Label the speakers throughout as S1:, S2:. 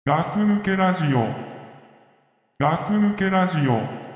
S1: ガス抜けラジオ。ガス抜けラジオ。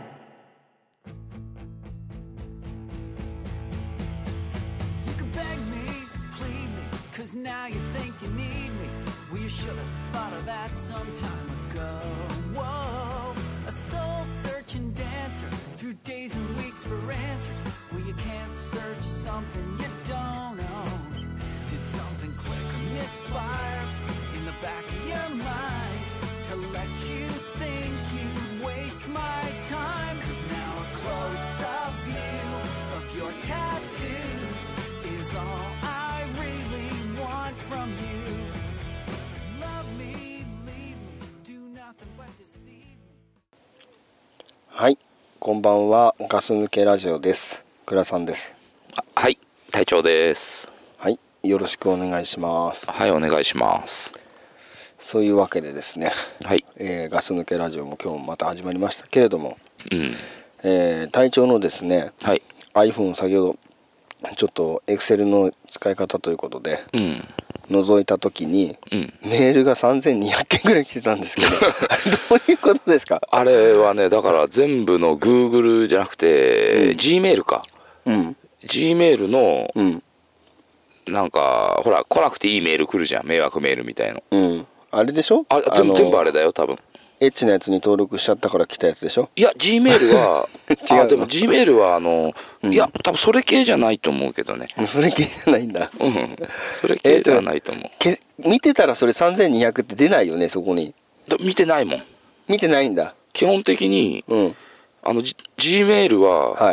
S2: Now you think you need me. Well, you should have thought of that some time ago. Whoa, a soul-searching dancer through days and weeks for answers. Well, you can't search something you don't own. Did something click or misfire in the back of your mind to let you think you'd waste my time? 'Cause now a close-up view of your tattoos is all I really want from you. Love me, leave me, do nothing but deceive me.
S3: はい、こんばんは。ガス抜けラジオです。倉さんです。
S4: はい、隊長です。
S3: はい、よろしくお願いします。
S4: はい、お願いします。
S3: そういうわけでですね、
S4: はい、
S3: ガス抜けラジオも今日もまた始まりましたけれども、
S4: うん、
S3: 隊長のですね、
S4: はい、
S3: iPhone 先ほどちょっと Excel の使い方ということで、覗いた時に、メールが3200件ぐらい来てたんですけどどういうことですか？
S4: あれはね、だから全部の Google じゃなくて、Gmail か、Gmail の、なんかほら来なくていいメール来るじゃん、迷惑メールみたいの、
S3: あれでしょ？
S4: 全部あれだよ多分。
S3: エッチなやつに登録しちゃったから来たやつでしょ？い
S4: や Gmail は
S3: 違う。
S4: でも Gmail はいや多分それ系じゃないと思うけどね。
S3: それ系じゃないんだ。
S4: それ系ではないと思う。
S3: 見てたらそれ3200って出ないよね、そこに。
S4: 見てないもん。
S3: 見てないんだ。
S4: 基本的に、Gmail は、
S3: はい、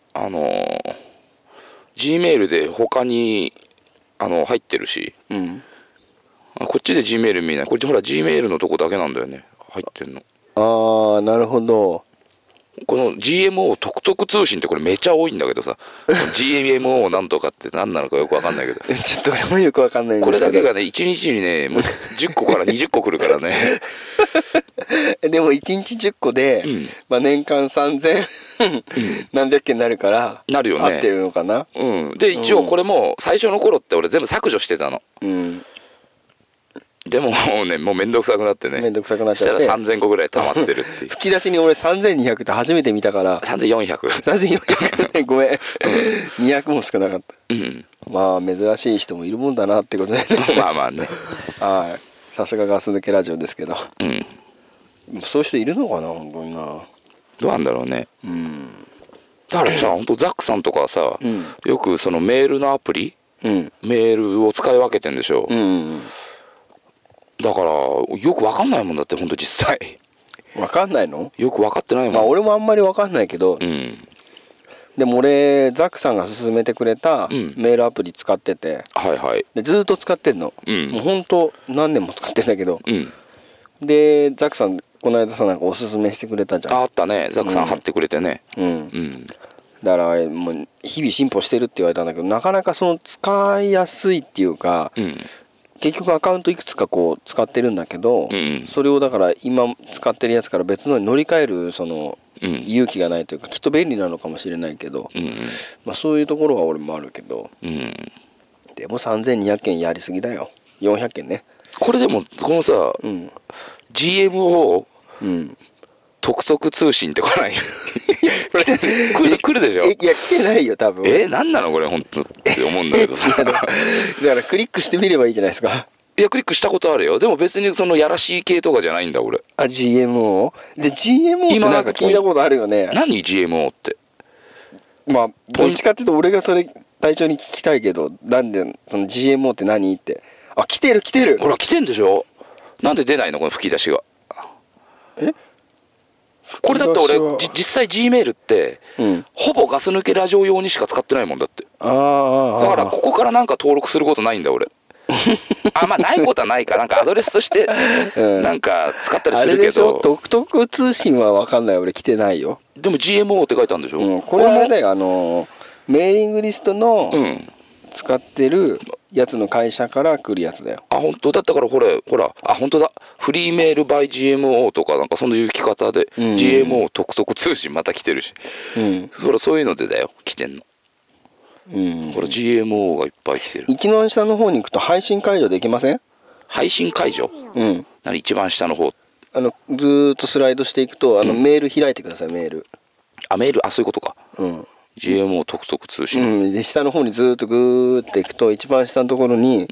S4: Gmail で他に入ってるし、こっちで Gmail 見ない。こっちほら Gmail のとこだけなんだよね、入ってんの。
S3: ああ、なるほど。
S4: この GMO トクトク通信ってこれめちゃ多いんだけどさGMO なんとかって何なのかよく分かんないけど
S3: ちょっと俺もよく分かんないんですけど、
S4: これだけがね1日にねもう10個から20個来るからね
S3: でも1日10個で、年間3000何百件になるから
S4: なるよね。
S3: 合ってるのかな。
S4: で一応これも最初の頃って俺全部削除してたの。でもね、もうめんどくさくなってね。
S3: めんどくさくなっちゃって。
S4: したら3000個ぐらい溜まってるっていう。
S3: 吹き出しに俺3200って初めて見たから。
S4: 3400。
S3: 3400ごめん。200も少なかった。まあ珍しい人もいるもんだなってことで、ね。
S4: まあまあね。
S3: はい。さすがガス抜けラジオですけど。そういう人いるのかな、本当にな。
S4: どうなんだろうね。だからさ、本当ザックさんとかさ、よくそのメールのアプリ、メールを使い分けてんでしょ。だからよく分かんないもんだって、本当実際
S3: 分かんないの？よ
S4: く分かってないもん。
S3: まあ俺もあんまり分かんないけど、でも俺ザックさんが勧めてくれたメールアプリ使ってて、でずっと使ってんの、もう本当何年も使ってんだけど、でザックさんこの間さなんかおすすめしてくれたじゃん。
S4: あったね、ザックさん貼ってくれてね。
S3: だからもう日々進歩してるって言われたんだけど、なかなかその使いやすいっていうか、結局アカウントいくつかこう使ってるんだけど、それをだから今使ってるやつから別のに乗り換えるその勇気がないというか、きっと便利なのかもしれないけど、まあそういうところは俺もあるけど、でも3200件やりすぎだよ。400件ね。
S4: これでもこのさ、GMO、トクトク通信って来ない来るでしょ。
S3: いや来てないよ多分。
S4: 何なのこれ本当って思うんだけどさ
S3: だからクリックしてみればいいじゃないですか。
S4: いやクリックしたことあるよ。でも別にそのやらしい系とかじゃないんだ俺。
S3: GMO で GMO ってなんか聞いたことあるよね。
S4: 何 GMO って。
S3: まあどっちかっていうと俺がそれ隊長に聞きたいけど、なんでその GMO って何って。あ、来てる
S4: ほら来てんでしょ。なんで出ないのこの吹き出しが。これだって俺実際 Gmail って、ほぼガス抜けラジオ用にしか使ってないもんだって。だからここからなんか登録することないんだ俺まあないことはないか、なんかアドレスとしてなんか使ったりするけど、あれでしょ、
S3: トクトク通信は分かんない、俺来てないよ。
S4: でも GMO って書いてあるんでしょ、
S3: これはあれだよ、メーリングリストの使ってるやつの会社から来るやつだよ。
S4: 本当だったからほら本当だ、フリーメールバイ GMO とかなんかそのいう聞き方で、GMO トクトク通信また来てるし、そういうのでだよ来てんの。これ GMO がいっぱい来てる。
S3: 一番下の方に行くと配信解除できません？
S4: 配信解除？ 何一番下の方。
S3: ずーっとスライドしていくとメール開いてください。メール。
S4: メール、そういうことか。GMO トクトク通信。
S3: で下の方にずーっとグーっていくと一番下のところに、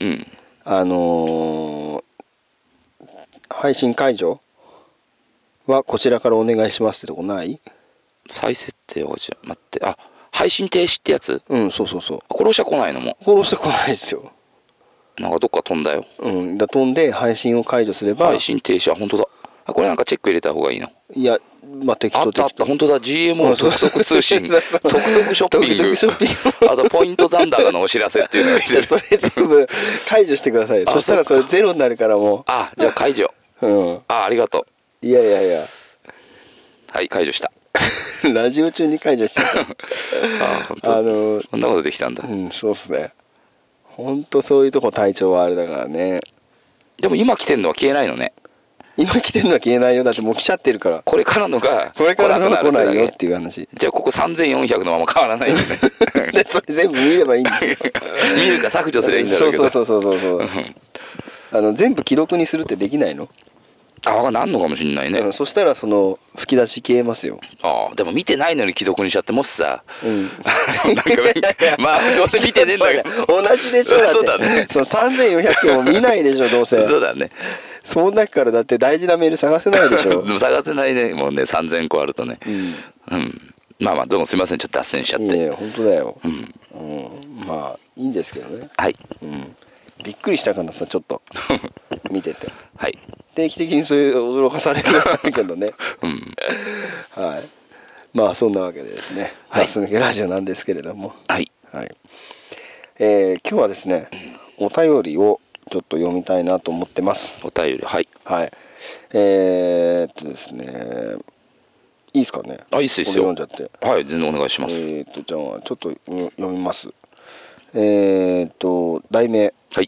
S3: 配信解除はこちらからお願いしますってとこない？
S4: 再設定を待って、配信停止ってやつ？
S3: そうそうそう。
S4: 殺してこないのも。
S3: 殺してこないですよ。
S4: なんかどっか飛んだよ。
S3: 飛んで配信を解除すれば。
S4: 配信停止は本当だ。これなんかチェック入れた方がいいの？い
S3: や、適当
S4: あった本当だ。 GMO トクトク通信トクトクショッピングあとポイント残高のお知らせっていうのがいてる。
S3: それ全部解除してください。そしたらそれゼロになるからもう。
S4: じゃあ解除。ありがと
S3: う。いや
S4: はい、解除した。
S3: ラジオ中に解除しちゃった
S4: 本当。そんなことできたんだ。
S3: そうっすね。本当そういうとこ体調はあれだからね。
S4: でも今来てんのは消えないのね。
S3: 今来てんのは消えないよ。だってもう来ちゃってるから。
S4: これからのが
S3: 来ないよっていう話。
S4: じゃあここ3400のまま変わらないよね。
S3: でそれ全部見ればいいんですよ。
S4: 見るか削除すればいいんだろうけど。
S3: そう全部既読にするってできないの？
S4: なんのかもしんないね。
S3: そしたらその吹き出し消えますよ。
S4: でも見てないのに既読にしちゃって、もしさ、なんかどうせ見てねえんだけど
S3: 同じでしょ。だって
S4: そうだね。
S3: 3400件も見ないでしょどうせ。
S4: そうだね。
S3: その中からだって大事なメール探せないでしょ。
S4: 探せないね。もうね3000個あるとね。どうもすいません、ちょっと脱線しちゃって。
S3: いや本当だよ。まあいいんですけどね。
S4: はい。
S3: びっくりしたからさ、ちょっと見てて。
S4: はい。
S3: 定期的にそういう驚かされるけどね。はい。まあそんなわけでですね。ガス抜けラジオなんですけれども。
S4: はい。
S3: 今日はですね、お便りをちょっと読みたいなと思ってます。
S4: お便り、はい。
S3: はい。ですね。いいですかね。
S4: いいっすよ。
S3: 読んじゃって。
S4: はい、全然お願いします。
S3: じゃあちょっと読みます。題名。
S4: はい。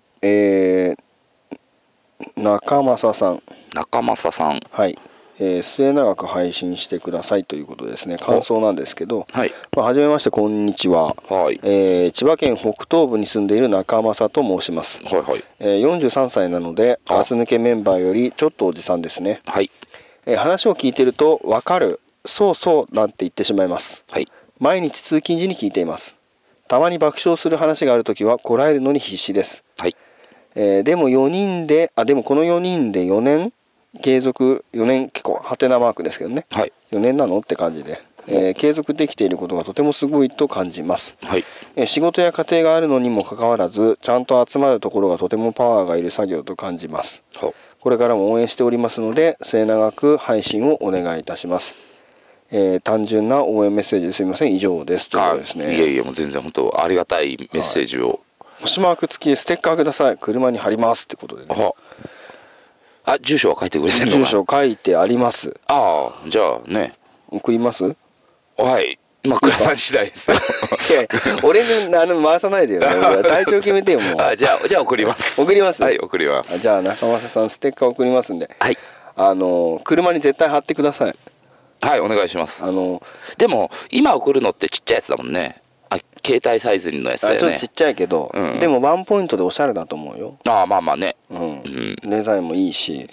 S3: 中正さん。
S4: はい。
S3: 末永く配信してくださいということですね。感想なんですけど、
S4: はい。
S3: はじめまして、こんにちは。
S4: はい。
S3: 千葉県北東部に住んでいる中正と申します。
S4: はいはい。
S3: 43歳なのでガス抜けメンバーよりちょっとおじさんですね。
S4: はい。
S3: 話を聞いていると分かる、そうそうなんて言ってしまいます。
S4: はい。
S3: 毎日通勤時に聞いています。たまに爆笑する話があるときはこらえるのに必死です。
S4: はい。
S3: でもこの4人で4年継続、4年結構ハテナマークですけどね、
S4: はい、
S3: 4年なのって感じで、継続できていることがとてもすごいと感じます。
S4: はい。
S3: 仕事や家庭があるのにもかかわらずちゃんと集まるところがとてもパワーがいる作業と感じます。これからも応援しておりますので末永く配信をお願いいたします。単純な応援メッセージですみません、以上ですということですね。
S4: いやもう全然本当ありがたいメッセージを。
S3: 星マーク付きでステッカーください、車に貼りますってことでね。
S4: 住所は書いてくれてるのかな。
S3: 住所書いてあります。
S4: じゃあね、
S3: 送ります。
S4: はい、倉さん次第ですよ。
S3: 俺に回さないでよ、体調決めてよもう。
S4: じゃあ送ります。
S3: 送ります。
S4: はい、送ります。
S3: じゃあ中正さんステッカー送りますんで、
S4: はい、
S3: 車に絶対貼ってください。
S4: はい、お願いします。でも今送るのってちっちゃいやつだもんね。携帯サイズのやつだよね。
S3: ちょっとちっちゃいけど、でもワンポイントでおしゃれだと思うよ。
S4: まあね。
S3: デザインもいいし、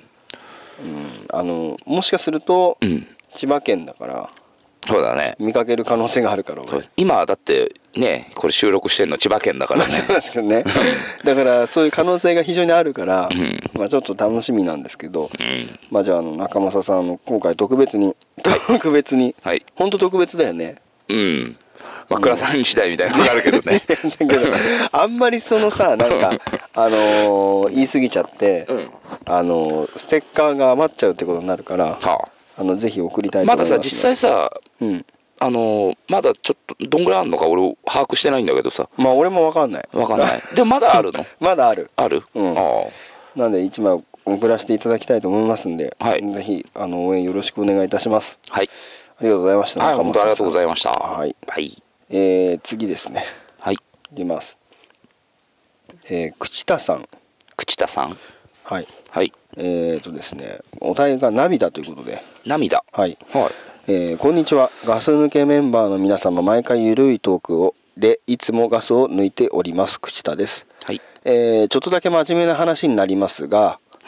S3: もしかすると、千葉県だから
S4: そうだね、
S3: 見かける可能性があるから。
S4: 今だってね、これ収録してるの千葉県だからね。
S3: そうですけどね。だからそういう可能性が非常にあるから、ちょっと楽しみなんですけど、じゃあ中正さん今回特別に本当特別だよね。
S4: 倉さん次第みたいなのがあるけどね。
S3: だけどあんまりなんか言い過ぎちゃって、ステッカーが余っちゃうってことになるから、ぜひ送りたいと思います。
S4: まださ実際さ、まだちょっとどんぐらいあるのか俺把握してないんだけどさ。
S3: 俺も分かんない。
S4: でもまだあるの？
S3: まだある。
S4: なん
S3: で1枚送らせていただきたいと思いますんで、ぜひ応援よろしくお願いいたします。
S4: はい。
S3: ありがとうございました。
S4: はい、本当ありがとうございました。
S3: はい。次ですね。
S4: はい。
S3: いきます。口田さん。はい。
S4: はい。
S3: ですね、お題が涙ということで。
S4: 涙。
S3: はい。こんにちは。ガス抜けメンバーの皆様、毎回ゆるいトークでいつもガスを抜いております口田です。
S4: はい。
S3: ちょっとだけ真面目な話になりますが、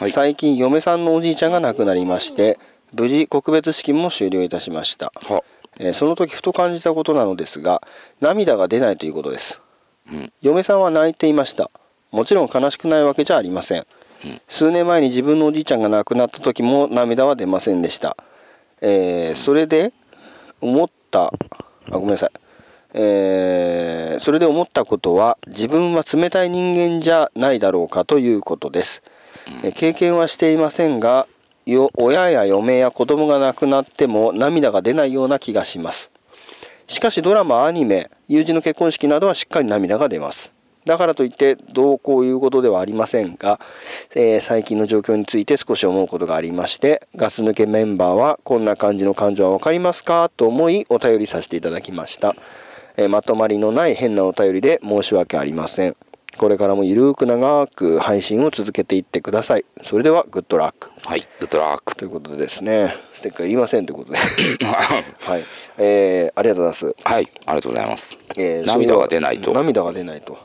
S3: はい、最近嫁さんのおじいちゃんが亡くなりまして、無事告別式も終了いたしました。その時ふと感じたことなのですが、涙が出ないということです。嫁さんは泣いていました。もちろん悲しくないわけじゃありません。数年前に自分のおじいちゃんが亡くなった時も涙は出ませんでした。それで思ったごめんなさい。それで思ったことは、自分は冷たい人間じゃないだろうかということです。経験はしていませんが、親や嫁や子供が亡くなっても涙が出ないような気がします。しかしドラマ、アニメ、友人の結婚式などはしっかり涙が出ます。だからといってどうこういうことではありませんが、最近の状況について少し思うことがありまして、ガス抜けメンバーはこんな感じの感情は分かりますかと思いお便りさせていただきました。まとまりのない変なお便りで申し訳ありません。これからもゆるく長く配信を続けていってください。それではグッドラック。
S4: はい、グッドラック
S3: ということでですね、ステッカーいりませんということではい、ありがとうございます。
S4: はい、ありがとうございます。涙が出ないと。
S3: 涙が出ないと。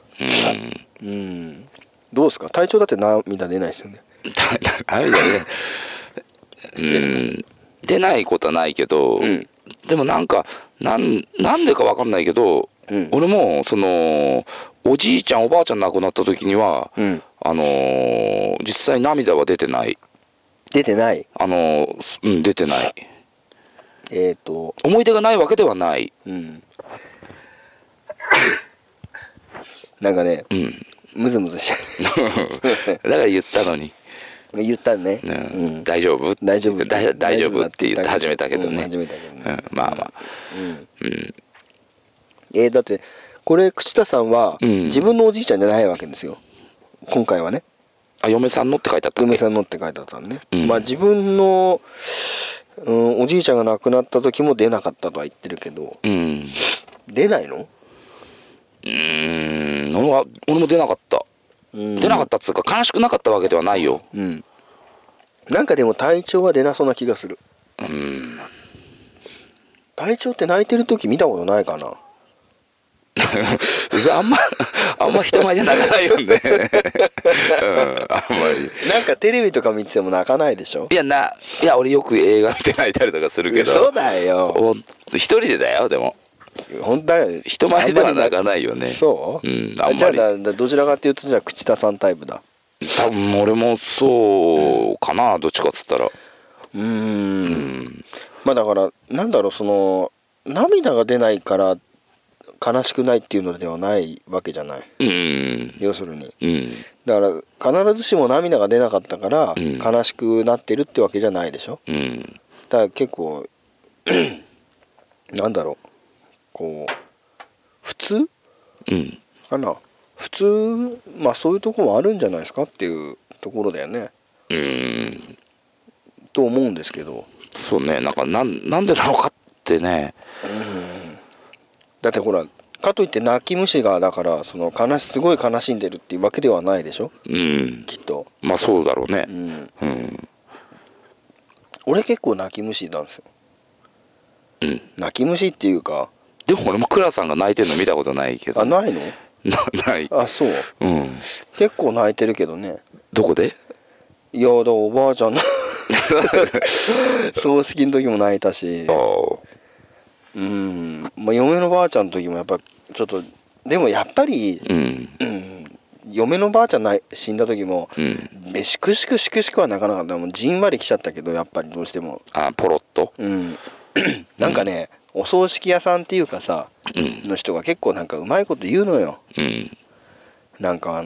S3: どうですか、体調だって涙出ないですよね。
S4: 涙ね
S3: 失礼しました。
S4: 出ないことはないけど、でもなんでか分かんないけど、俺もそのおじいちゃんおばあちゃん亡くなった時には、実際涙は出てない。
S3: 出てない。
S4: 出てない。思い出がないわけではない。
S3: なんかね、ムズムズしちゃ
S4: う。だから言ったのに。
S3: 言ったね。
S4: 大丈夫
S3: 大丈夫
S4: って言って始めたけどね。まあまあ。
S3: だってこれ朽田さんは自分のおじいちゃんじゃないわけですよ、今回はね。
S4: 嫁さんのって書いてあったっけ。
S3: 嫁さんのって書いてあったのね。まあ自分の、おじいちゃんが亡くなった時も出なかったとは言ってるけど、出ないの？
S4: 俺も出なかった。出なかったっつうか悲しくなかったわけではないよ。
S3: なんかでも体調は出なそうな気がする。体調って泣いてる時見たことないかな。
S4: あんま人前で泣かないよね。あんまり。
S3: なんかテレビとか見てても泣かないでしょ。
S4: いや俺よく映画見て泣いたりとかするけど。
S3: そうだよ。
S4: 一人でだよ。でも
S3: 本当だよ。
S4: 人前では泣かないよね。
S3: そう？
S4: あんまり。
S3: じゃあどちらかっていうとじゃあ朽田さんタイプだ。
S4: 多分俺もそうかな、どっちかっつったら。
S3: まあだからなんだろう、その涙が出ないから悲しくないっていうのではないわけじゃない。要するに。だから必ずしも涙が出なかったから悲しくなってるってわけじゃないでしょ。だから結構なんだろう、こう普通かな。普通、まあそういうところもあるんじゃないですかっていうところだよね。と思うんですけど。
S4: そうね、なんでなのかってね。
S3: だってほら、かといって泣き虫がだからそのすごい悲しんでるっていうわけではないでしょ。きっと。
S4: まあそうだろうね。
S3: 俺結構泣き虫なんですよ。泣き虫っていうか。
S4: でも俺も倉さんが泣いてるの見たことないけど。
S3: ないの？
S4: ない。
S3: そう。結構泣いてるけどね。
S4: どこで？
S3: いやだからおばあちゃんの葬式の時も泣いたし。まあ嫁のばあちゃんの時もやっぱちょっと、でもやっぱり、嫁のばあちゃん死んだ時も、しくしくはなかなかった。もうじんわりきちゃったけど、やっぱりどうしても
S4: ポロッと。
S3: なんかね、お葬式屋さんっていうかさ、の人が結構なんかうまいこと言うのよ。なんか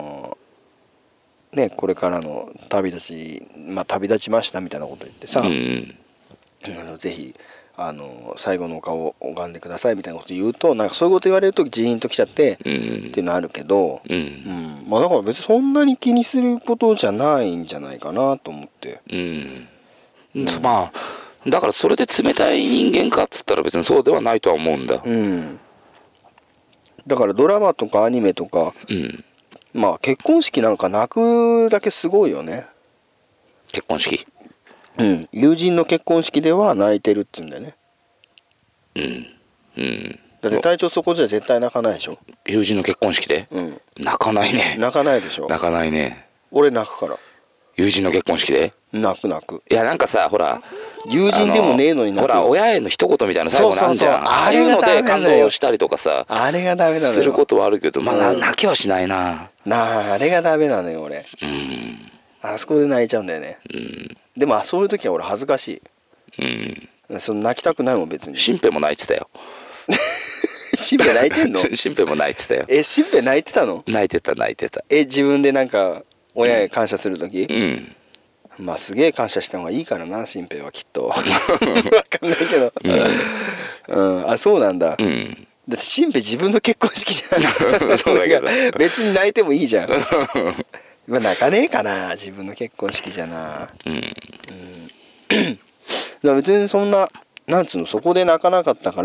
S3: ね、これからの旅立ちましたみたいなこと言ってさ、ぜひ最後のお顔を拝んでくださいみたいなこと言うと、なんかそういうこと言われるとジーンときちゃってっていうのあるけど、まあだから別にそんなに気にすることじゃないんじゃないかなと思って。
S4: まあだからそれで冷たい人間かっつったら別にそうではないとは思うんだ。
S3: だからドラマとかアニメとか、まあ結婚式なんか泣くだけすごいよね。
S4: 結婚式。
S3: 友人の結婚式では泣いてるって言うんだよね。だって体調そこじゃ絶対泣かないでしょ。
S4: 友人の結婚式で？泣かないね。
S3: 泣かないでしょ。
S4: 泣かないね。
S3: 俺泣くから。
S4: 友人の結婚式で
S3: 泣く泣く。
S4: いやなんかさほら
S3: 友人でもねえのに泣く。
S4: ほら親への一言みたいな最後なんじゃん。ああいうので感動したりとかさ、
S3: あれがダメなのよ。
S4: することはあるけど、まあ泣きはしないな。
S3: あれがダメなのよ俺。あそこで泣いちゃうんだよね。でもそういう時は俺恥ずかしい。その泣きたくないもん別に。
S4: シンペも泣いてたよ。
S3: シンペ泣いてんの？
S4: シンペも泣いてたよ。
S3: シンペ泣いてたの？泣いてた。自分でなんか親へ感謝する時？まあすげえ感謝した方がいいからな、シンペはきっと。わかんないけど。あ、そうなんだ。だってシンペ自分の結婚式じゃん。そうだけど。別に泣いてもいいじゃん。まあ泣かねえかな、自分の結婚式じゃな。だから別にそんななんつうの、そこで泣かなかったから、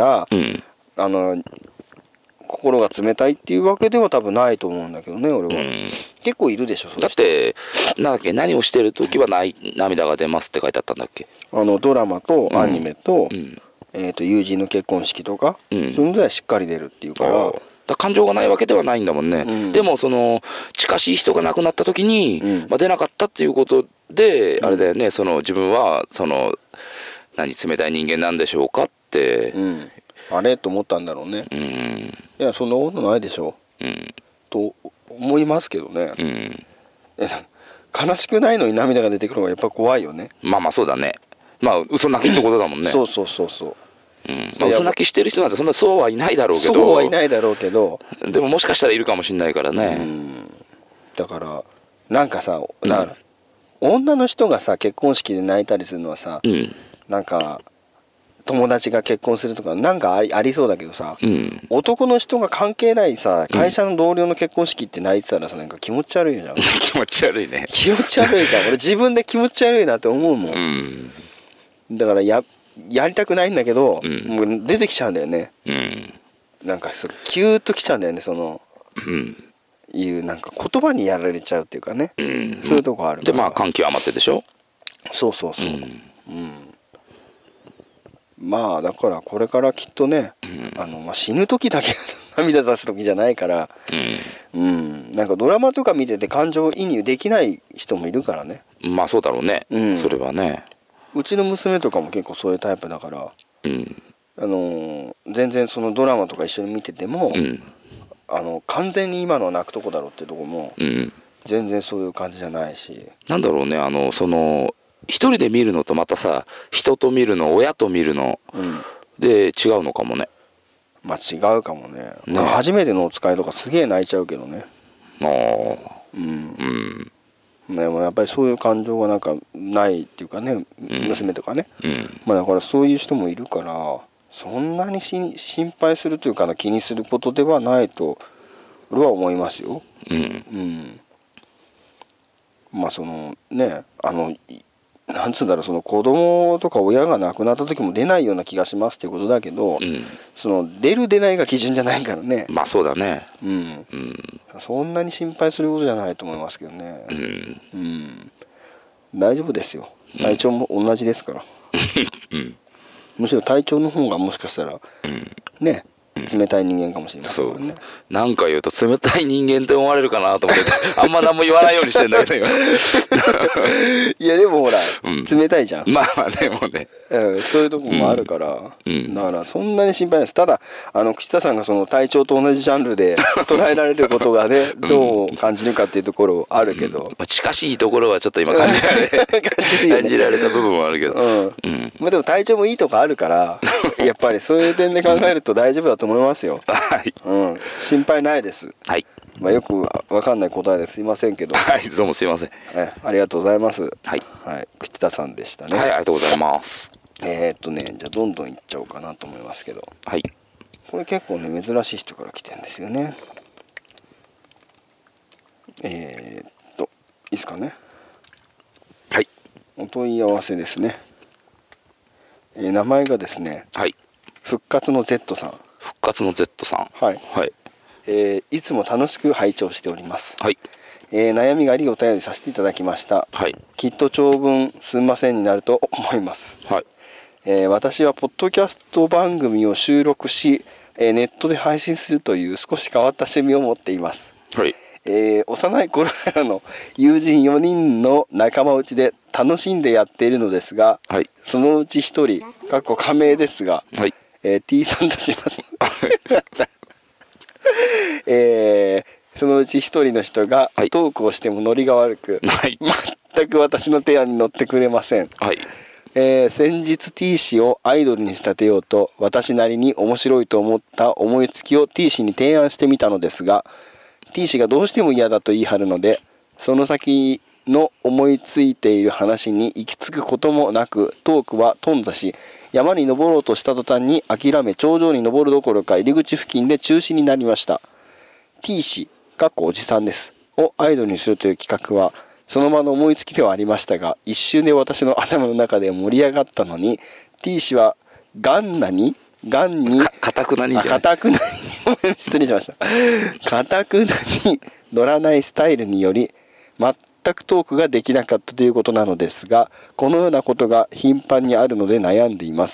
S3: 心が冷たいっていうわけでは多分ないと思うんだけどね、俺は。結構いるでしょ。
S4: だってなんだっけ、何をしてる時は涙が出ますって書いてあったんだっけ。
S3: ドラマとアニメと、友人の結婚式とか、そういうのではしっかり出るっていうから。
S4: 感情がないわけではないんだもんね。でもその近しい人が亡くなった時に、出なかったっていうことで、あれだよね、その自分はその冷たい人間なんでしょうかって、
S3: あれと思ったんだろうね。いやそんなことないでしょ、と思いますけどね。悲しくないのに涙が出てくるのがやっぱ怖いよね。
S4: まあそうだね。まあ嘘泣きってことだもんね。
S3: そう。
S4: 嘘泣きしてる人なんてそうはいないだろうけど。でももしかしたらいるかもしれないからね。
S3: だからなんかさ、女の人がさ結婚式で泣いたりするのはさ、なんか友達が結婚するとかなんかありそうだけどさ、男の人が関係ないさ会社の同僚の結婚式って泣いてたらさ、なんか気持ち悪いじゃん。
S4: 気持ち悪いね。
S3: 気持ち悪いじゃん。俺自分で気持ち悪いなって思うもん。だからやりたくないんだけど、もう出てきちゃうんだよね。なんかキューッときちゃうんだよね、その、いうなんか言葉にやられちゃうっていうかね、そういうとこあるから。
S4: でまあ感極まってでしょ。そう。
S3: まあだからこれからきっとね、死ぬ時だけ涙出す時じゃないから、なんかドラマとか見てて感情移入できない人もいるからね。
S4: まあそうだろうね、それはね。
S3: うちの娘とかも結構そういうタイプだから、全然そのドラマとか一緒に見てても、完全に今のは泣くとこだろうってとこも、全然そういう感じじゃないし。
S4: なんだろうね、その一人で見るのとまたさ、人と見るの、親と見るの、で違うのかもね。
S3: まあ違うかもね。初めてのお使いとかすげえ泣いちゃうけどね。でもやっぱりそういう感情がなんかないっていうかね、娘とかね。まあだからそういう人もいるから、そんなに心配するというか気にすることではないと俺は思いますよ。まあそのね、なんつうんだろう、その子供とか親が亡くなった時も出ないような気がしますっていうことだけど、その出る出ないが基準じゃないからね。
S4: まあそうだね。
S3: そんなに心配することじゃないと思いますけどね。大丈夫ですよ。体調も同じですから。むしろ体調の方がもしかしたらね、冷たい人間かもしれないからね。
S4: なんか言うと冷たい人間って思われるかなと思ってあんま何も言わないようにしてんだけど今
S3: いやでもほら、冷たいじゃん。
S4: まあでもね、
S3: そういうとこもあるから、だからそんなに心配ないです。ただ串田さんがその体調と同じジャンルで捉えられることがねどう感じるかっていうところあるけど、
S4: 近しいところはちょっと今感じられた部分はあるけど、
S3: まあでも体調もいいとこあるからやっぱりそういう点で考えると大丈夫だと思いますよ。心配ないです。まあよくわかんない答えですいませんけど。
S4: どうもすいません。
S3: ありがとうございます。串田さんでしたね。
S4: ありがとうございます。
S3: じゃあどんどんいっちゃおうかなと思いますけど。これ結構ね珍しい人から来てるんですよね。いいですかね。お問い合わせですね。名前がですね、復活の Z さん。
S4: 復活の Z さん。
S3: いつも楽しく拝聴しております。悩みがありお便りさせていただきました。きっと長文すんませんになると思います。私はポッドキャスト番組を収録し、ネットで配信するという少し変わった趣味を持っています。 幼い頃からの友人4人の仲間内で楽しんでやっているのですが、はい、そのうち1人仮名ですが、はい、T さんとしますそのうち1人の人がトークをしてもノリが悪く、はい、全く私の提案に乗ってくれません、はい。先日 T 氏をアイドルに仕立てようと私なりに面白いと思った思いつきを T 氏に提案してみたのですが、 T 氏がどうしても嫌だと言い張るので、その先の思いついている話に行き着くこともなく、トークは頓挫し、山に登ろうとした途端に諦め、頂上に登るどころか入り口付近で中止になりました。 T 氏おじさんですをアイドルにするという企画はその場の思いつきではありましたが、一瞬で私の頭の中で盛り上がったのに、 T 氏はガンにかたくなに失礼しましたかたくなに乗らないスタイルにより全くトークができなかったということなのですが、このようなことが頻繁にあるので悩んでいます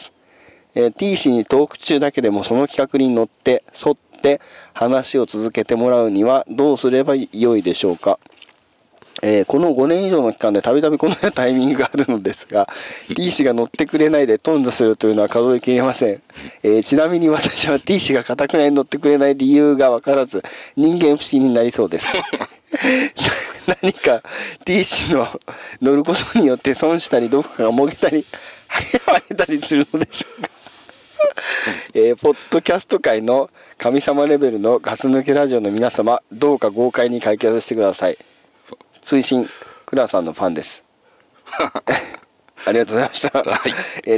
S3: 。T 氏にトーク中だけでもその企画に乗って沿って話を続けてもらうにはどうすればよいでしょうか。この5年以上の期間でたびたびこのようなタイミングがあるのですがT 氏が乗ってくれないで頓挫するというのは数えきれません。ちなみに私は T 氏が固くないに乗ってくれない理由が分からず人間不信になりそうです何か T 氏の乗ることによって損したりどこかがもげたりはげたりするのでしょうかポッドキャスト界の神様レベルのガス抜けラジオの皆様、どうか豪快に解決してください。追伸クラさんのファンですありがとうございました、はい、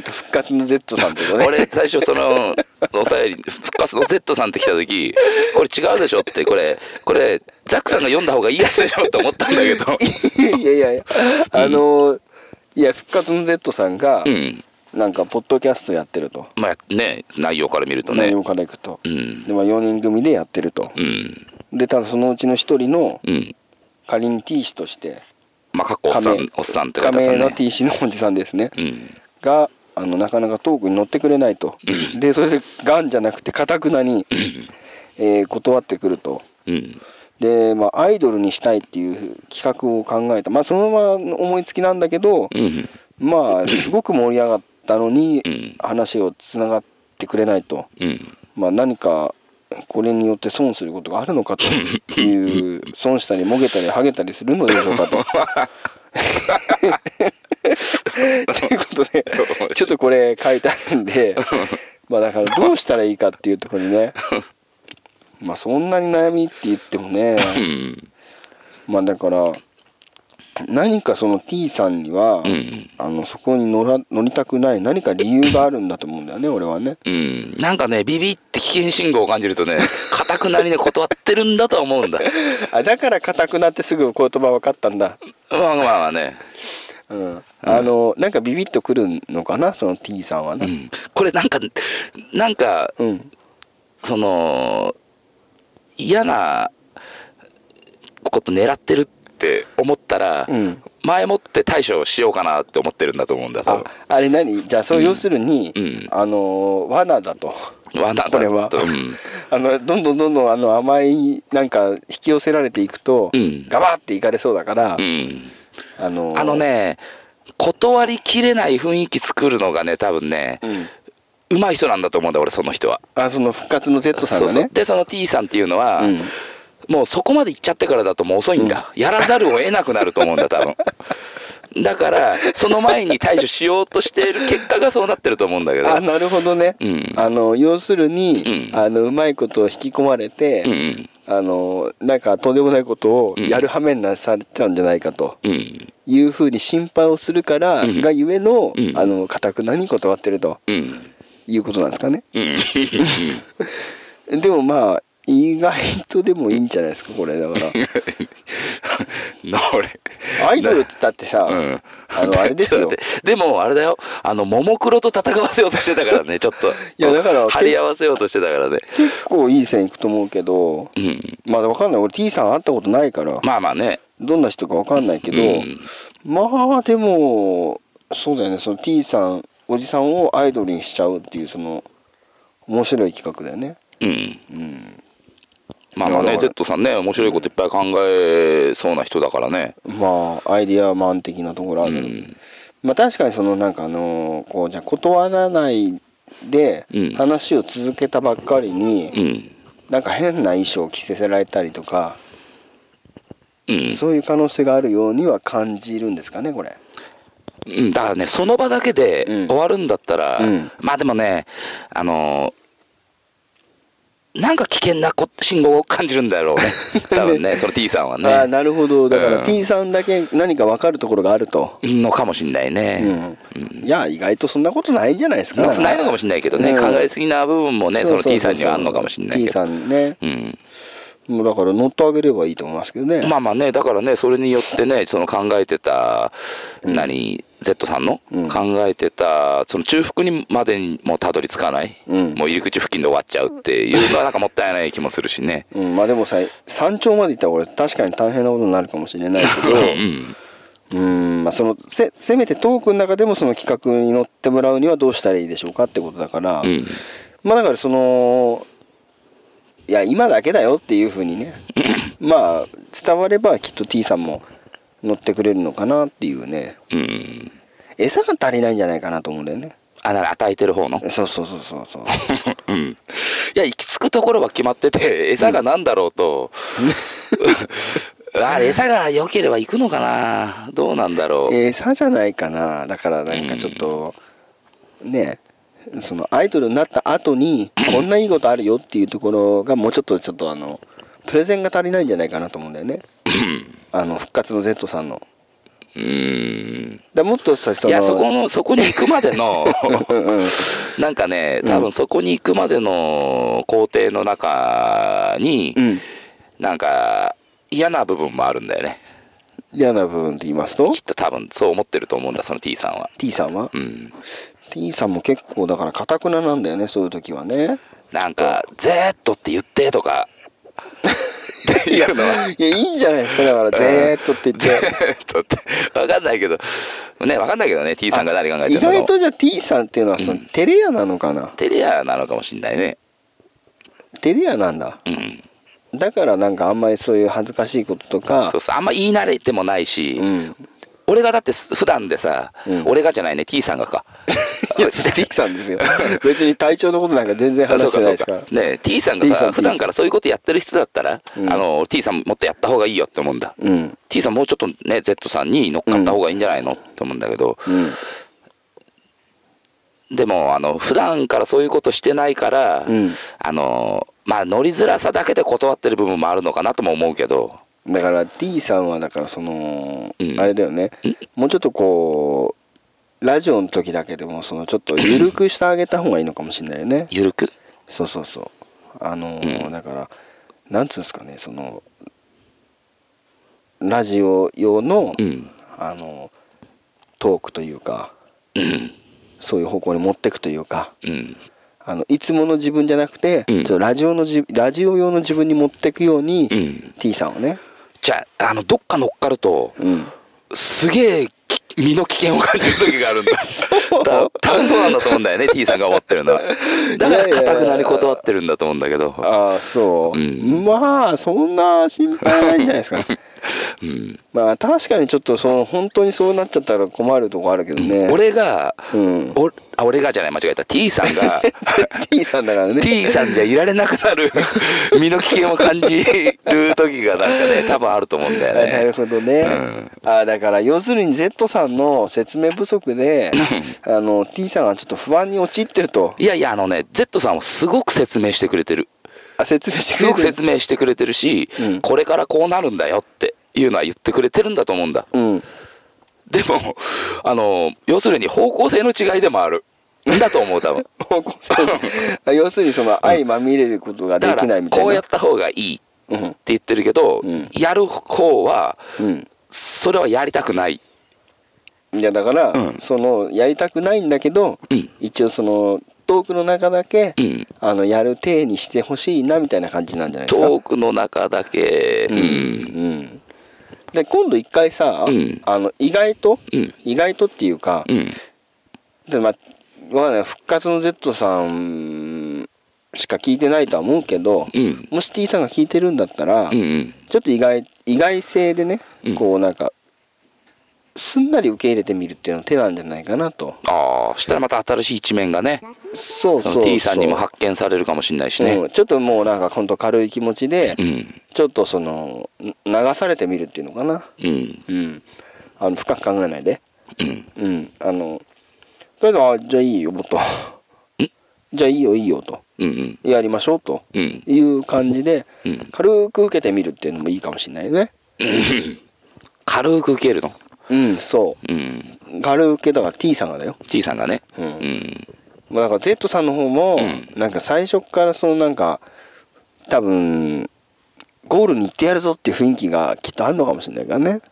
S3: 復活の Z さんというね
S4: 俺最初そのお便り復活の Z さんって来た時これ違うでしょって、これザックさんが読んだ方がいいやつでしょって思ったんだけど
S3: いやいや復活の Z さんが、なんかポッドキャストやってると、
S4: まあね、内容から見るとね、
S3: 内容からいくと、で4人組でやってると、でただそのうちの1人の、仮に T 氏として
S4: まあかっこおっさんって方だ
S3: ったね、仮名の T 氏のおじさんですね、がなかなかトークに乗ってくれないと、でそれでガンじゃなくてかたくなに、断ってくると、でまあアイドルにしたいっていう企画を考えた、まあそのまま思いつきなんだけど、まあすごく盛り上がったのに話をつながってくれないと、まあ何かこれによって損することがあるのかという損したりもげたりはげたりするのでしょうかとということでちょっとこれ書いてあるんでまあだからどうしたらいいかっていうところにねまあそんなに悩みって言ってもねまあだから何かその T さんには、そこに乗りたくない何か理由があるんだと思うんだよね俺はね、
S4: なんかねビビって危険信号を感じるとねかたくなにね断ってるんだとは思うんだ
S3: だからかたくなってすぐ言葉分かったんだ。
S4: まあね、
S3: なんかビビッとくるのかなその T さんはね、
S4: これなんか、その嫌なこと狙ってるって思ったら、前もって対処しようかなって思ってるんだと思うんだ多分。
S3: あれ何じゃあそう要するに、罠だと。
S4: 罠だと。
S3: これは、どんどん甘いなんか引き寄せられていくと、ガバッていかれそうだから、
S4: 断りきれない雰囲気作るのがね多分ね、上手い人なんだと思うんだ俺その人は。
S3: その復活の Z さんがね。
S4: でその T さんっていうのは、もうそこまで行っちゃってからだともう遅いんだ、やらざるを得なくなると思うんだ多分だからその前に対処しようとしている結果がそうなってると思うんだけど。
S3: なるほどね、要するに、うまいことを引き込まれて、なんかとんでもないことをやる羽目になされちゃうんじゃないかと、いうふうに心配をするから、がゆえのかたくなに断ってると、いうことなんですかね、でもまあ意外とでもいいんじゃないですかこれだからアイドルって言ったってさ、あれですよ
S4: でもあれだよももクロと戦わせようとしてたからねちょっといやだから張り合わせようとしてたからね
S3: 結構いい線いくと思うけど、まあ分かんない俺 T さん会ったことないから
S4: まあね
S3: どんな人か分かんないけど、まあでもそうだよねその T さんおじさんをアイドルにしちゃうっていうその面白い企画だよね。
S4: まあね Z さんね面白いこといっぱい考えそうな人だからね、
S3: まあアイディアマン的なところある、まあ確かにそのなんかこうじゃ断らないで話を続けたばっかりに、なんか変な衣装を着せられたりとか、そういう可能性があるようには感じるんですかねこれ。
S4: だからねその場だけで終わるんだったら、まあでもねなんか危険な信号を感じるんだろうね多分ねその T さんはね。
S3: なるほど。だから T さんだけ何か分かるところがあると
S4: のかもしれないね、
S3: いや意外とそんなことないんじゃないですか。
S4: ないのかもしれないけどね、考えすぎな部分もねその T さんにはあるのかもしれないけど
S3: T さんね、もうだから乗ってあげればいいと思いますけどね。
S4: まあねだからねそれによってねその考えてたZ さんの考えてたその中腹にまでにもたどり着かない、もう入り口付近で終わっちゃうっていうのはなんかもったいない気もするしね、
S3: まあでもさ山頂まで行ったら俺確かに大変なことになるかもしれないけどまあそのせめてトークの中でもその企画に乗ってもらうにはどうしたらいいでしょうかってことだから、まあだからそのいや今だけだよっていうふうにねまあ伝わればきっと T さんも乗ってくれるのかなっていうね、餌が足りないんじゃないかなと思うんだよね。
S4: だから与えてる方の
S3: そう
S4: いや行き着くところは決まってて餌が何だろうと、餌が良ければ行くのかな、どうなんだろう。
S3: 餌じゃないかな。だからなんかちょっと、ねそのアイドルになった後にこんないいことあるよっていうところがもうちょっとプレゼンが足りないんじゃないかなと思うんだよね復活の Z さんのだもっとさ
S4: いやそこに行くまでのなんかね多分そこに行くまでの工程の中に、なんか嫌な部分もあるんだよね。
S3: 嫌な部分って言いますと
S4: きっと多分そう思ってると思うんだその T さんは。
S3: T さんは、T さんも結構だから堅くななんだよねそういう時はね。
S4: なんか Z って言ってとかっていうのはい
S3: やいいんじゃないですか。だから Z って言って
S4: Z って分かんないけどね T さんが何考えてるの。
S3: 意外とじゃあ T さんっていうのはその照れ屋なのかな。
S4: 照れ屋なのかもしんないね。
S3: 照れ屋なんだ。だからなんかあんまりそういう恥ずかしいこととか
S4: そうあんま言い慣れてもないし、俺がだって普段でさ、俺がじゃないね T さんがか
S3: いや T さんですよ別に体調のことなんか全然話してないですから
S4: ね。 T さんがさ普段からそういうことやってる人だったら、T さんもっとやった方がいいよって思うんだ、T さんもうちょっとね Z さんに乗っかった方がいいんじゃないのって思うんだけど、でも普段からそういうことしてないから、まあ乗りづらさだけで断ってる部分もあるのかなとも思うけど。
S3: だから T さんはだからその、あれだよね、もうちょっとこうラジオの時だけでもそのちょっと緩くしてあげた方がいいのかもしれないよね。
S4: 緩く
S3: そうだからなんつうんですかねそのラジオ用の、トークというか、そういう方向に持っていくというか、いつもの自分じゃなくて、ちょっとラジオ用の自分に持っていくように、T さんをね。
S4: じゃあどっか乗っかると、すげえ身の危険を感じる時があるんだ多分そうなんだと思うんだよねT さんが思ってるのは。だから固くなり断ってるんだと思うんだけど。
S3: ああそう、まあそんな心配ないんじゃないですかまあ確かにちょっと本当にそうなっちゃったら困るとこあるけどね。
S4: 俺がじゃない間違えた T さんが
S3: T さんだからね
S4: T さんじゃいられなくなる身の危険を感じる時がなんかね多分あると思うんだよね。
S3: なるほどね、だから要するに Z さんの説明不足でT さんはちょっと不安に陥ってると。
S4: いや Z さんはすごく説明してくれてる。すごく説明してくれてるし、これからこうなるんだよっていうのは言ってくれてるんだと思うんだ、でも要するに方向性の違いでもあるんだと思う多分
S3: 方向性要するにその相まみれることができないみたいな。
S4: こうやった方がいいって言ってるけど、やる方は、それはやりたくない。
S3: いやだから、そのやりたくないんだけど、一応そのトークの中だけ、やる体にしてほしいなみたいな感じなんじゃないですか。
S4: トークの中だけ
S3: で今度一回さ、意外とっていうか、でまあ復活の Z さんしか聞いてないとは思うけど、もし T さんが聞いてるんだったら、ちょっと意外性でね、こうなんかすんなり受け入れてみるっていうのは手なんじゃないかなと。
S4: ああ、したらまた新しい一面がね、
S3: そうそうそう、
S4: T さんにも発見されるかもしれないしね、
S3: ちょっともうなんかほんと軽い気持ちで、ちょっとその流されてみるっていうのかな、深く考えないで、とりあえずじゃあいいよとじゃあいいよと、やりましょうという感じで、軽く受けてみるっていうのもいいかもしれないね。
S4: 軽く受けるの？
S3: そう、軽く受けだから T さんがだよ。
S4: T さんがね、
S3: だから Z さんの方もなんか最初からそのなんか多分ゴールに行ってやるぞっていう雰囲気がきっとあるのかもしれないからね。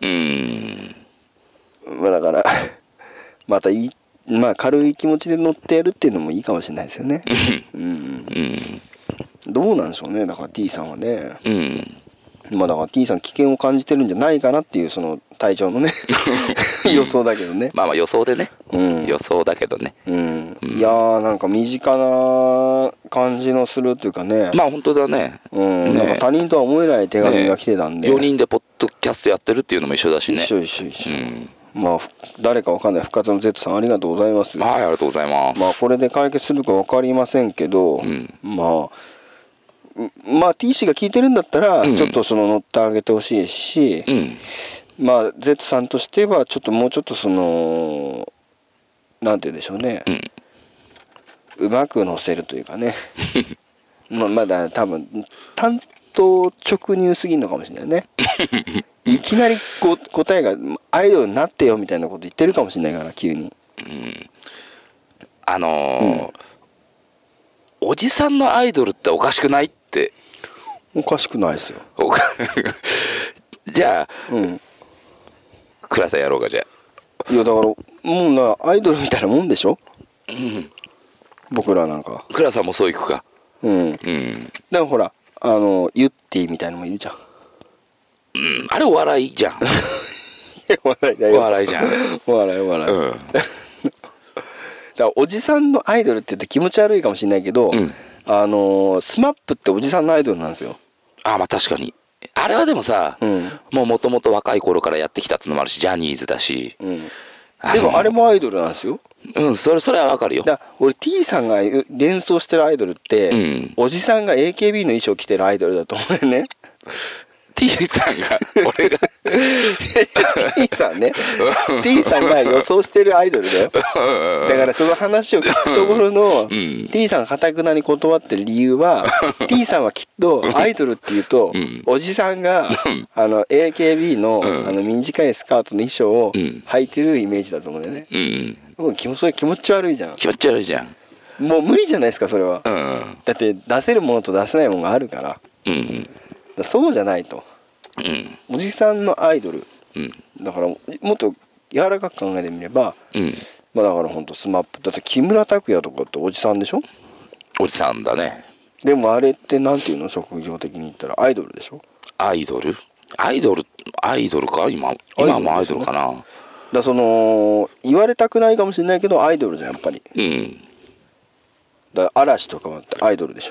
S3: だからまた軽い気持ちで乗ってやるっていうのもいいかもしれないですよね。どうなんでしょうね、だから T さんはね。だから T さん危険を感じてるんじゃないかなっていうその体調のね予想だけどね。
S4: まあ予想でね、予想だけどね。
S3: いやーなんか身近な感じのするっていうかね。
S4: まあ本当だね。
S3: なんか他人とは思えない手紙が来てたんで。
S4: 4人でポッドキャストやってるっていうのも一緒だしね。
S3: 一緒。まあ誰かわかんない復活の Z さんありがとうございます。
S4: はい、ありがとうございます。
S3: まあこれで解決するか分かりませんけど、まあ T 氏が聞いてるんだったらちょっとその乗ってあげてほしいし、まあ Z さんとしてはちょっともうちょっとそのなんて言うんでしょうね、うまく乗せるというかねまだ多分単刀直入すぎるのかもしれないねいきなり答えがアイドルになってよみたいなこと言ってるかもしれないから急に。
S4: おじさんのアイドルっておかしくないって。
S3: おかしくないですよ
S4: じゃあ、クラスやろうか。じゃ
S3: あいやだからもうアイドルみたいなもんでしょ、僕らなんか。
S4: クラスもそういくか。
S3: でもほらユッティみたいのもいるじゃん。
S4: あれお笑いじゃん
S3: 笑いだよ。
S4: 笑いじゃん。
S3: 笑い。だからおじさんのアイドルって言って気持ち悪いかもしれないけど、スマップっておじさんのアイドルなんですよ。
S4: まあ確かにあれはでもさ、もともと若い頃からやってきたってのもあるし、ジャニーズだし、
S3: でもあれもアイドルなんですよ。
S4: それはわかるよ。
S3: だ俺 T さんが連想してるアイドルって、おじさんが AKB の衣装着てるアイドルだと思うよね。
S4: T さんが俺が
S3: T さんねT さんが予想してるアイドルだよ。だからその話を聞くところの、T さんがかたくなに断ってる理由はT さんはきっとアイドルっていうと、おじさんがAKB の短いスカートの衣装を履いてるイメージだと思うんだよね。それ気持ち悪いじゃん。
S4: 気持ち悪いじゃん。
S3: もう無理じゃないですかそれは。だって出せるものと出せないものがあるから。そうじゃないと、おじさんのアイドル、だからもっと柔らかく考えてみれば、だからほんとスマップだって木村拓哉とかっておじさんでしょ。
S4: おじさんだね。
S3: でもあれってなんていうの、職業的に言ったらアイドルでしょ。アイドルか今もアイドルかな。
S4: だ
S3: その言われたくないかもしれないけどアイドルじゃんやっぱり。だ嵐とかはアイドルでしょ。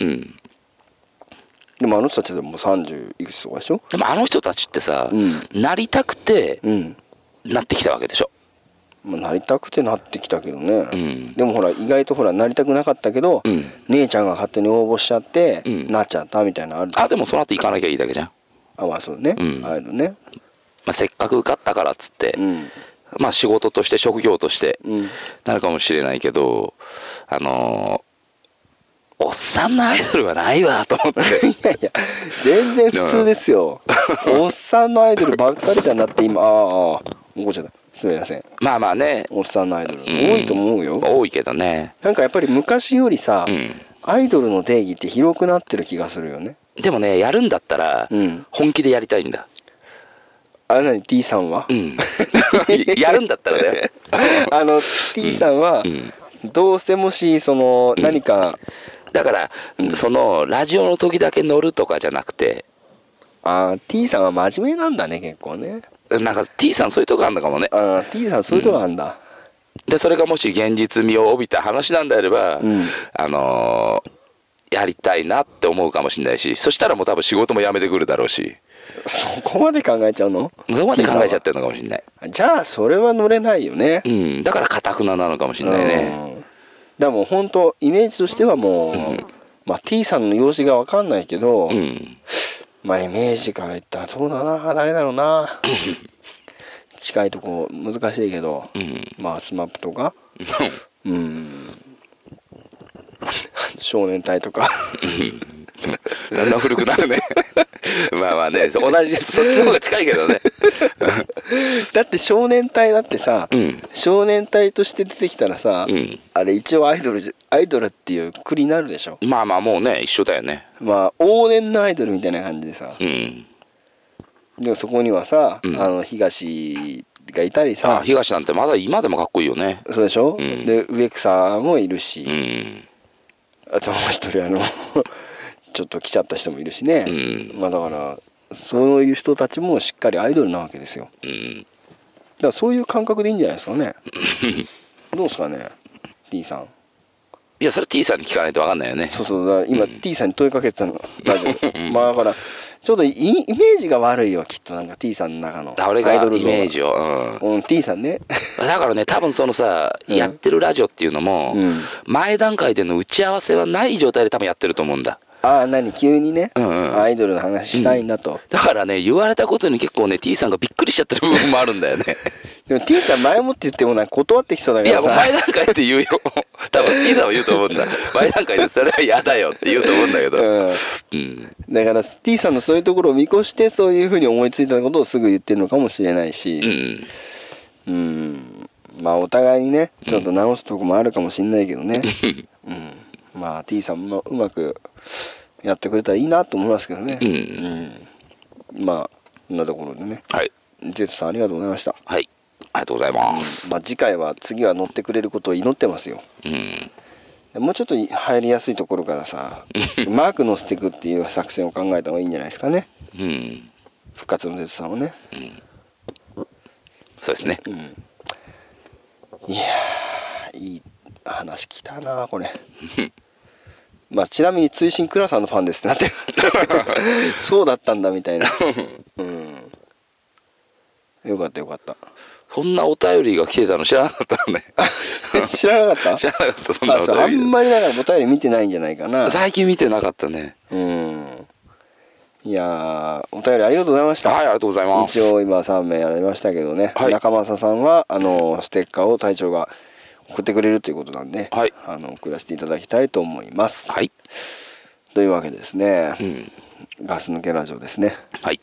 S3: でもあの人たちでも30いくつとかでしょ。
S4: でもあの人たちってさ、なりたくてなってきたわけでしょ。
S3: なりたくてなってきたけどね、でもほら意外とほらなりたくなかったけど、姉ちゃんが勝手に応募しちゃって、なっちゃったみたいなのある。
S4: でもその後行かなきゃいいだけじゃん。
S3: まあそうね、ああいうのね、
S4: せっかく受かったからっつって、仕事として職業としてなるかもしれないけど、おっさんのアイドルはないわと思ってい
S3: や全然普通ですよおっさんのアイドルばっかりじゃなって今怒っちゃった、すみません。
S4: まあね、
S3: おっさんのアイドル多いと思うよ。
S4: 多いけどね、
S3: なんかやっぱり昔よりさ、アイドルの定義って広くなってる気がするよね。
S4: でもね、やるんだったら本気でやりたいんだ。
S3: 何 T さんは、
S4: やるんだったらね
S3: T さんは、どうせもしその何か、
S4: だから、そのラジオの時だけ乗るとかじゃなくて、
S3: T さんは真面目なんだね結構ね。
S4: なんか T さんそういうとこあるのかもね。
S3: T さんそういうとこあるんだ、
S4: でそれがもし現実味を帯びた話なんであれば、 やりたいなって思うかもしれないし、そしたらもう多分仕事も辞めてくるだろうし。
S3: そこまで考えちゃうの？
S4: そこまで考えちゃってるのかもしれない。
S3: じゃあそれは乗れないよね。
S4: だから堅くななのかもしれないね。
S3: だからもう本当イメージとしてはもう、まあ T さんの容姿が分かんないけど、まあイメージから言ったらそうだな、誰だろうな近いとこ難しいけど、まあスマップとか少年隊とか
S4: だんだん古くなるねまあまあね、同じそっちの方が近いけどね
S3: だって少年隊だってさ、少年隊として出てきたらさ、あれ一応アイドルっていうくりになるでしょ。
S4: まあまあもうね一緒だよね。
S3: まあ往年のアイドルみたいな感じでさ、でもそこにはさ、東がいたりさ、
S4: 東なんてまだ今でもかっこいいよね。
S3: そうでしょ、で植草もいるし、あともう一人ちょっと来ちゃった人もいるしね、まあだからそういう人たちもしっかりアイドルなわけですよ、だからそういう感覚でいいんじゃないですかねどうですかね T さん。
S4: いやそれ T さんに聞かないと分かんないよね。
S3: そうそう、だから今、T さんに問いかけてたのラジオまあだからちょっとイメージが悪いよきっと、なんか T さんの中の
S4: 俺がイメージを、
S3: T さんね
S4: だからね多分そのさ、やってるラジオっていうのも、前段階での打ち合わせはない状態で多分やってると思うんだ。
S3: 何急にね、アイドルの話したいんだと、
S4: だからね言われたことに結構ね T さんがびっくりしちゃってる部分もあるんだよね
S3: でも T さん前もって言ってもなんか断ってきそうだからさ。
S4: いやもう前段階って言うよ多分 T さんは言うと思うんだ前段階でそれは嫌だよって言うと思うんだけど、
S3: だから T さんのそういうところを見越してそういうふうに思いついたことをすぐ言ってるのかもしれないし、まあお互いにねちょっと直すとこもあるかもしれないけどね、まあ T さんもうまくやってくれたらいいなと思いますけどね、まあそんなところでね、ゼツさんありがとうございました。
S4: はい、ありがとうございます、
S3: まあ次は乗ってくれることを祈ってますよ、もうちょっと入りやすいところからさマーク乗せていくっていう作戦を考えた方がいいんじゃないですかね、復活のゼツさんをね、
S4: そうですね、
S3: いやーいい話来たなこれまあちなみに追伸倉さんのファンですってなってるそうだったんだみたいなよかったよかった。
S4: そんなお便りが来てたの知らなかったのね
S3: 知らなかった
S4: 知らなかったそんなお便り。
S3: あんまりだからお便り見てないんじゃないかな。
S4: 最近見てなかったね。
S3: いやお便りありがとうございました。
S4: はい、ありがとうございます。
S3: 一応今3名やりましたけどね、中正さんはステッカーを隊長が送ってくれるということなんで、送らせていただきたいと思います。というわけでですね、ガス抜けラジオですね。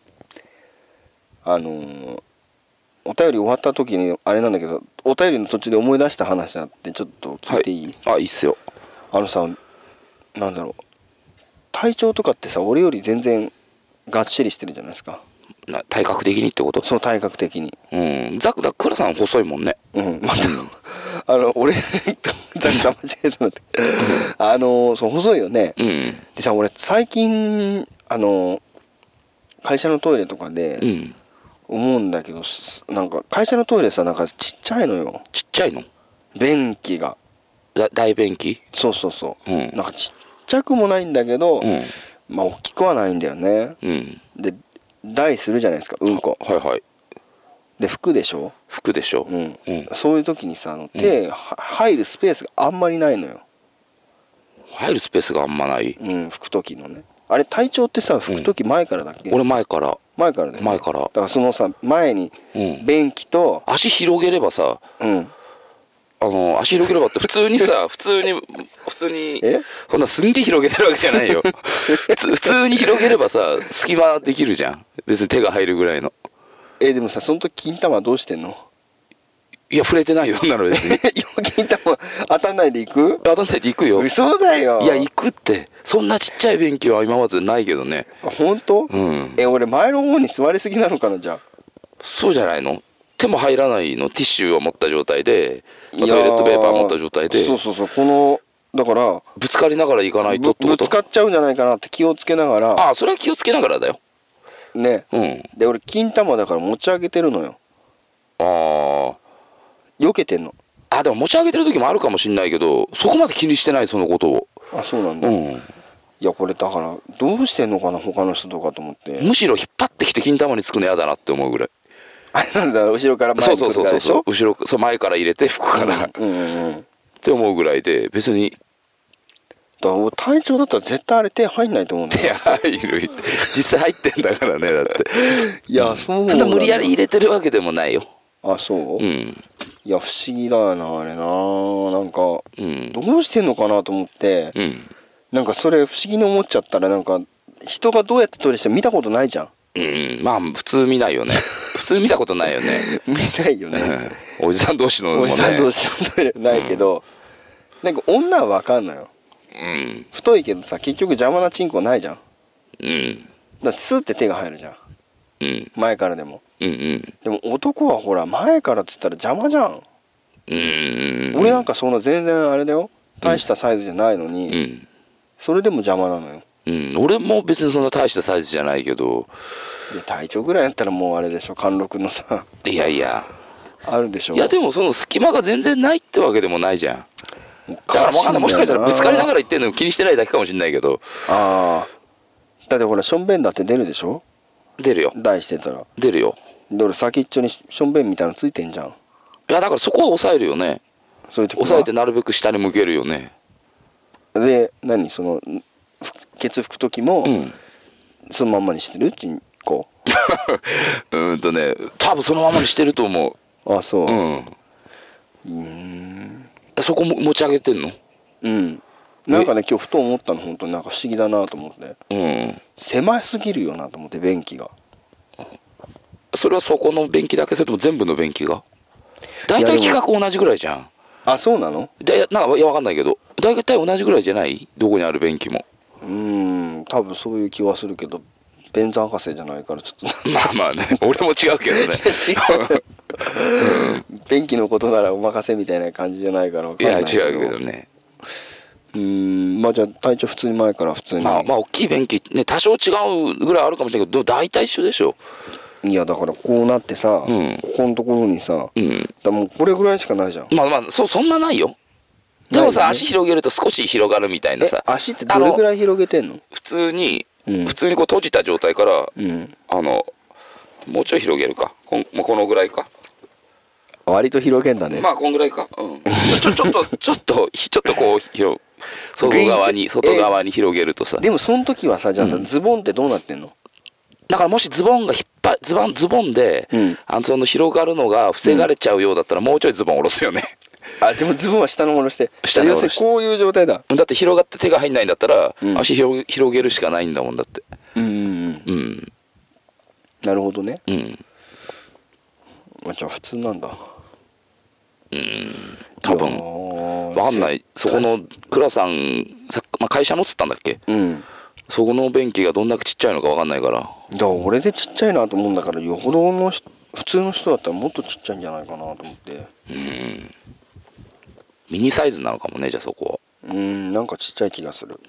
S3: お便り終わった時にあれなんだけど、お便りの途中で思い出した話あってちょっと聞いていい？
S4: いいっすよ。
S3: さ、なんだろう、体調とかってさ俺より全然がっしりしてるじゃないですか。
S4: 体格的にってこと？
S3: そう、体格的に。
S4: ザクだ倉さん細いもんね。
S3: また俺ザクさん間違えそうになってそう細いよね。でさ俺最近会社のトイレとかで思うんだけど、なんか会社のトイレさなんかちっちゃいのよ。
S4: ちっちゃいの？便
S3: 器が
S4: 大便器？
S3: そうそうそう、なんかちっちゃくもないんだけど、まあ大きくはないんだよね。で大するじゃないですか、うんこ。で拭くでしょ。そういう時にさ手入るスペースがあんまりないのよ。
S4: 入るスペースがあんまない？
S3: 拭く時のね。あれ体調ってさ拭く時前からだっけ？
S4: 俺前から
S3: だよね。
S4: 前から
S3: だからそのさ前に便器と
S4: 足広げればさ、足広げればって普通にさ普通にそんなすんげえ広げてるわけじゃないよ普通に広げればさ隙間できるじゃん、別に手が入るぐらいの。
S3: でもさその時金玉はどうしてんの？
S4: いや触れてないよなの別に
S3: 金玉当たんないで行く？
S4: 当たんないで行くよ。
S3: 嘘だよ。
S4: いや行くって。そんなちっちゃい便器は今までないけどね。
S3: 本当？俺前の方に座りすぎなのかなじゃあ。
S4: そうじゃないの？手も入らないの。ティッシュを持った状態で、トイレットペーパー持った状態で。
S3: そうこのだから
S4: ぶつかりながら行かないとってこと？
S3: ぶつかっちゃうんじゃないかなって気をつけながら。
S4: それは気をつけながらだよ
S3: ね。で俺金玉だから持ち上げてるのよ。避けてんの。で
S4: も持ち上げてる時もあるかもしんないけど、そこまで気にしてないそのことを。
S3: そうなんだ。 いやこれだからどうしてんのかな他の人とかと思って。
S4: むしろ引っ張ってきて金玉につくの嫌だなって思うぐらい。
S3: なんだろう、後ろから前に来るからでしょ。
S4: 後ろ、そう前から入れて拭くから、って思うぐらいで、別に
S3: だから体調だったら絶対あれ手入んないと思うんだよ。
S4: 手入る実際入ってんだからね。だって
S3: いや、そん
S4: な無理やり入れてるわけでもないよ。
S3: あ、そう、いや不思議だよなあれな。なんか、どうしてんのかなと思って、なんかそれ不思議に思っちゃったら、なんか人がどうやってトイレして見たことないじゃん。
S4: まあ普通見ないよね。普通見たことないよね。
S3: 見ないよね。
S4: おじさん同士のもね。
S3: おじさん同士のトイレないけど、なんか女は分かんのよ。太いけどさ、結局邪魔なチンコないじゃん。だからスーって手が入るじゃん。前からでも。でも男はほら前からっつったら邪魔じゃん。俺なんかそんな全然あれだよ。大したサイズじゃないのに、それでも邪魔なのよ。
S4: 俺も別にそんな大したサイズじゃないけど、
S3: いや体調ぐらいやったらもうあれでしょ、貫禄のさ。
S4: いやいや
S3: あるでしょ。
S4: いやでもその隙間が全然ないってわけでもないじゃん。だから分かんない、もしかしたらぶつかりながら言ってんの気にしてないだけかもしれないけど。
S3: ああ、だってほらしょんべんだって出るでしょ。
S4: 出るよ。
S3: 台してたら
S4: 出るよ。
S3: で俺先っちょにしょんべんみたいなのついてんじゃん。
S4: いやだからそこは抑えるよね。
S3: そういう時は
S4: 抑えてなるべく下に向けるよね。
S3: で何そのケツ拭く時も、そのまんまにしてるチンコ。
S4: 多分そのままにしてると思
S3: う。あ、そう。
S4: そこも持ち上げてんの？
S3: なんかね今日ふと思ったの、本当になんか不思議だなと思って。狭すぎるよなと思って、便器が。
S4: それはそこの便器だけ、それとも全部の便器が？大体規格同じぐらいじゃん。
S3: あ、そうなの？
S4: なんかいや分かんないけど、大体同じぐらいじゃない？どこにある便器も。
S3: 多分そういう気はするけど、便座博士じゃないからちょっと。
S4: まあね、俺も違うけどね。
S3: 便器のことならお任せみたいな感じじゃないから分かんないけど。いや違うけどね。まあじゃあ体調普通に前から普通に。まあ
S4: 大きい便器ね、多少違うぐらいあるかもしれないけど、大体一緒でしょ。
S3: いやだからこうなってさ、ここのところにさ、だもうこれぐらいしかないじゃん。
S4: まあそんなないよ。でもさ、足広げると少し広がるみたいなさ。
S3: 足ってどれぐらい広げてんの？
S4: 普通にこう閉じた状態から、もうちょい広げるか、このぐらいか。
S3: 割と広げんだね。
S4: まあこんぐらいか。ちょっとこう外側に広げるとさ。
S3: でもその時はさ、じゃあズボンってどうなってんの？
S4: だからもしズボンでその広がるのが防がれちゃうようだったら、もうちょいズボン下ろすよね。
S3: あ、でもズボンは下のものして、
S4: 下のものして、
S3: こういう状態だ。
S4: だって広がって手が入んないんだったら、足広げるしかないんだもんだって。
S3: なるほどね。じゃあ普通なんだ。
S4: 多分わかんない。そこの倉さん会社のっつったんだっけ。そこの便器がどんだけちっちゃいのかわかんないから。
S3: だから俺でちっちゃいなと思うんだから、よほどの普通の人だったらもっとちっちゃいんじゃないかなと思って。
S4: ミニサイズなのかもね、じゃあそこは。
S3: なんかちっちゃい気がする。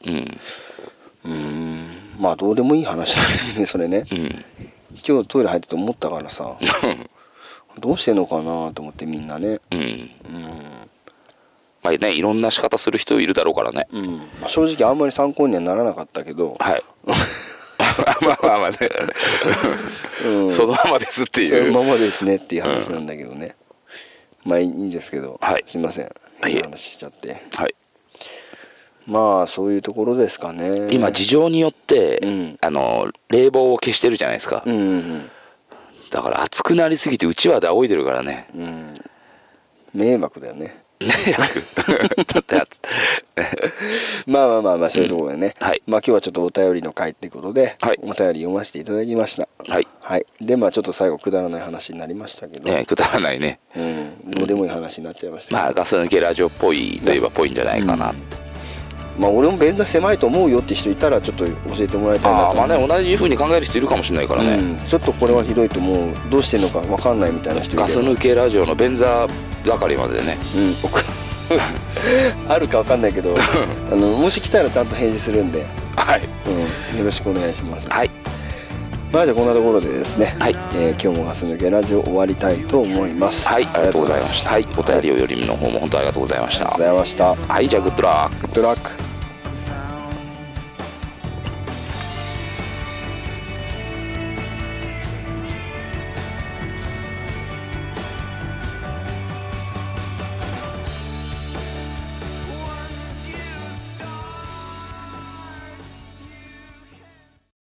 S3: まあどうでもいい話だねそれね。今日トイレ入ってて思ったからさどうしてんのかなと思って、みんなね。
S4: まあね、いろんな仕方する人いるだろうからね。
S3: 正直あんまり参考にはならなかったけど、
S4: はいまあねそのままですっていう、
S3: そのままですねっていう話なんだけどね。まあいいんですけど、すいません、いい話しちゃって。まあそういうところですかね。
S4: 今事情によって、冷房を消してるじゃないですか。だから暑くなりすぎてうちわで仰いでるからね。迷惑だよね。まあそういうところでね。まあ今日はちょっとお便りの回ってことで、お便り読ませていただきました。でまあちょっと最後くだらない話になりましたけど。 くだらないね。
S3: どうでもいい話になっちゃいました。
S4: まあガス抜けラジオっぽいといえばっぽいんじゃないかなって。
S3: まあ俺も便座狭いと思うよって人いたらちょっと教えてもらいたいなと。
S4: まあね、同じ風に考える人いるかもしれないからね。
S3: ちょっとこれはひどいと思う、どうしてんのか分かんないみたいな人いる。
S4: ガス抜けラジオの便座係までね。
S3: あるか分かんないけどもし来たらちゃんと返事するんで、よろしくお願いします。まあじゃあこんなところでですね、今日もガス抜けラジオ終わりたいと思います。
S4: ありがとうございました。お便りをよりの方も本当ありがとうございました。
S3: ありがとうございました。
S4: じゃあグッドラック。
S3: グッドラック。